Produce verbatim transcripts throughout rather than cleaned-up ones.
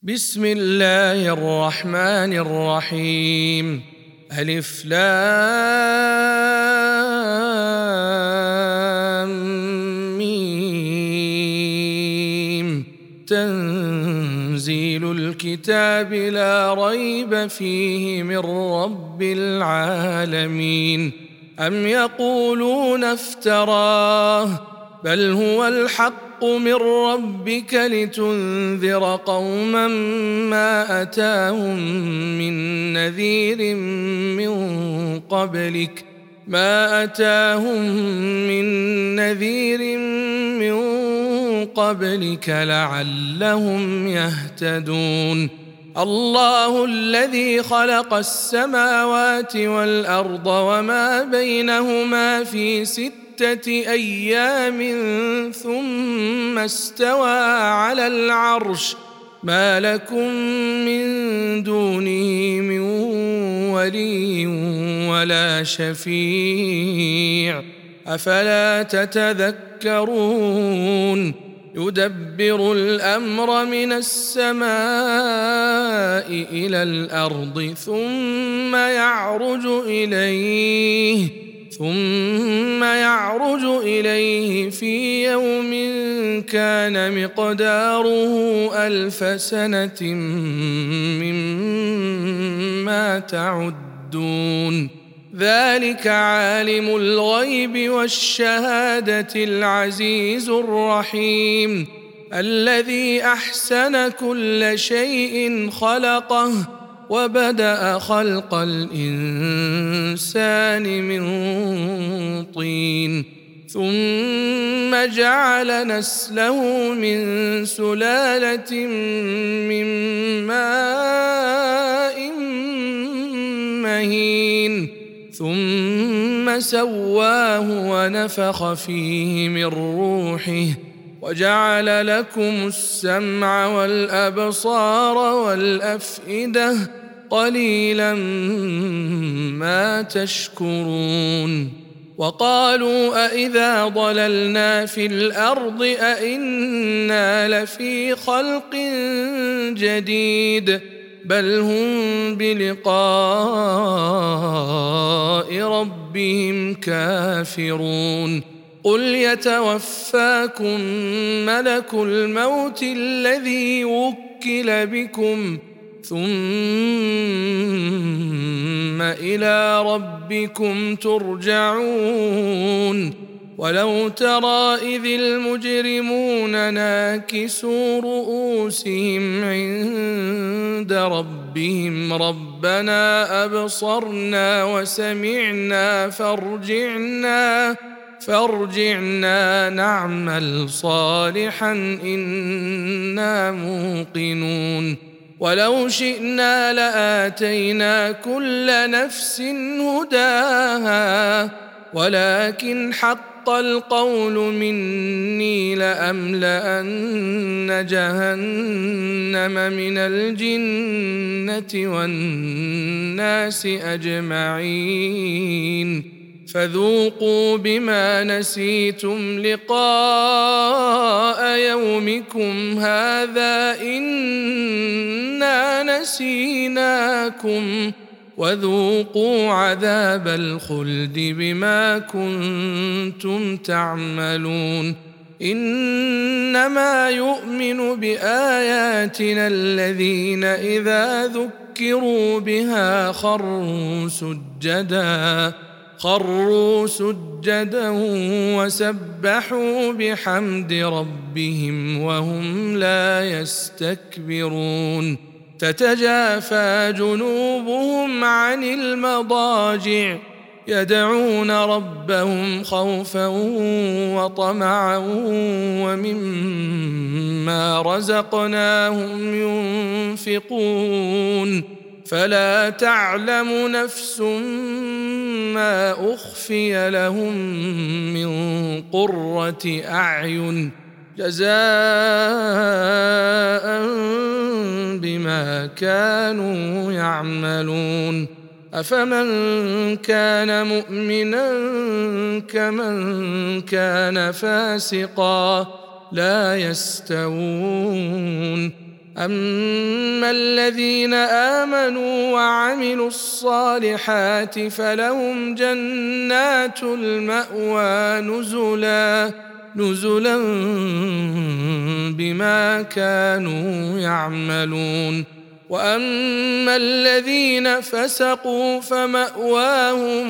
بسم الله الرحمن الرحيم. ألف لام ميم. تنزيل الكتاب لا ريب فيه من رب العالمين. أم يقولون افتراه بل هو الحق من ربك لتنذر قوما ما أتاهم من نذير من قبلك ما أتاهم من نذير من قبلك لعلهم يهتدون. الله الذي خلق السماوات والأرض وما بينهما في ستة أيام ثم استوى على العرش ما لكم من دونه من ولي ولا شفيع أفلا تتذكرون. يدبر الأمر من السماء إلى الأرض ثم يعرج إليه ثم يعرج إليه في يوم كان مقداره ألف سنة مما تعدون. ذلك عالم الغيب والشهادة العزيز الرحيم الذي أحسن كل شيء خلقه وبدأ خلق الإنسان من طين ثم جعل نسله من سلالة من ماء مهين ثم سواه ونفخ فيه من روحه وجعل لكم السمع والأبصار والأفئدة قليلا ما تشكرون. وقالوا أإذا ضللنا في الأرض أإنا لفي خلق جديد بل هم بلقاء ربهم كافرون. قل يتوفاكم ملك الموت الذي وكل بكم ثم إلى ربكم ترجعون. ولو ترى إذ المجرمون ناكسوا رؤوسهم عند ربهم ربنا أبصرنا وسمعنا فارجعنا فارجعنا نعمل صالحا إنا موقنون. ولو شئنا لآتينا كل نفس هداها ولكن حق القول مني لأملأن جهنم من الجنة والناس أجمعين. فذوقوا بما نسيتم لقاء يومكم هذا إنا نسيناكم وذوقوا عذاب الخلد بما كنتم تعملون. إنما يؤمن بآياتنا الذين إذا ذكروا بها خروا سجدا خروا سجدا وسبحوا بحمد ربهم وهم لا يستكبرون. تتجافى جنوبهم عن المضاجع يدعون ربهم خوفا وطمعا ومما رزقناهم ينفقون. فلا تعلم نفس ما أخفي لهم من قرة أعين جزاء بما كانوا يعملون. أفمن كان مؤمنا كمن كان فاسقا لا يستوون أما الذين آمنوا وعملوا الصالحات فلهم جنات المأوى نزلا نزلا بما كانوا يعملون. وأما الذين فسقوا فمأواهم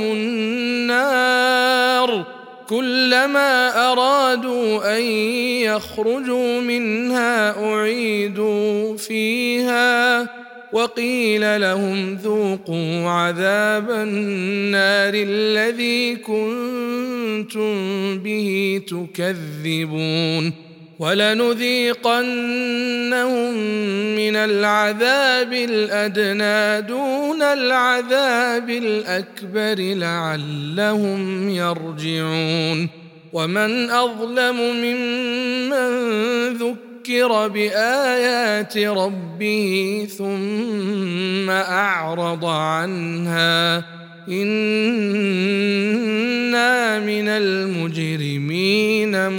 النار كلما أرادوا أن يخرجوا منها أعيدوا فيها وقيل لهم ذوقوا عذاب النار الذي كنتم به تكذبون. ولنذيقنهم من العذاب الأدنى دون العذاب الأكبر لعلهم يرجعون. ومن أظلم ممن ذكر بآيات ربه ثم أعرض عنها إنا من المجرمين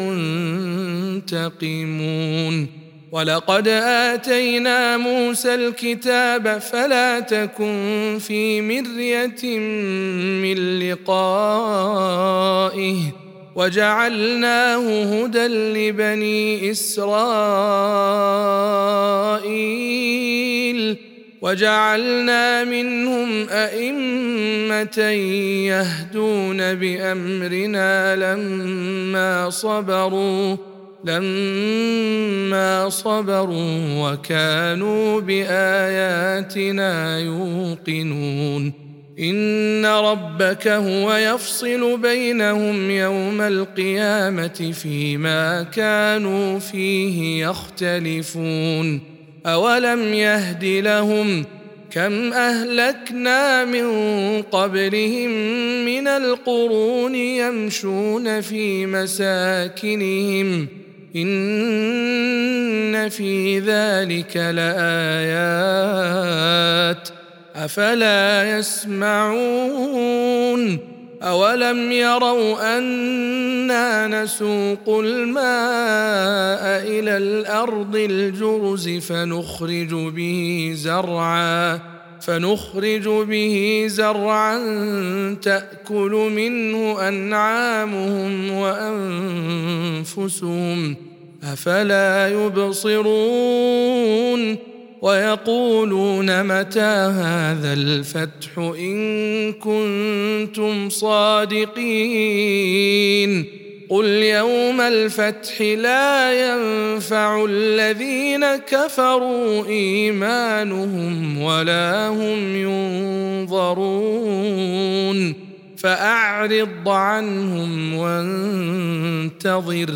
منتقمون. ولقد آتينا موسى الكتاب فلا تكن في مرية من لقائه وجعلناه هدى لبني إسرائيل وجعلنا منهم أئمة يهدون بأمرنا لما صبروا لما صبروا وكانوا بآياتنا يوقنون. إن ربك هو يفصل بينهم يوم القيامة فيما كانوا فيه يختلفون. أولم يهد لهم كم أهلكنا من قبلهم من القرون يمشون في مساكنهم إن في ذلك لآيات أفلا يسمعون. أولم يروا أنا نسوق الماء إلى الأرض الجرز فنخرج به زرعا فنخرج به زرعا تأكل منه أنعامهم وأنفسهم أفلا يبصرون. ويقولون متى هذا الفتح إن كنتم صادقين قل يوم الفتح لا ينفع الذين كفروا إيمانهم ولا هم ينظرون فأعرض عنهم وانتظر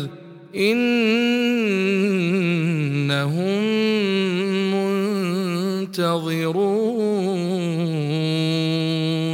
إنهم منتظرون.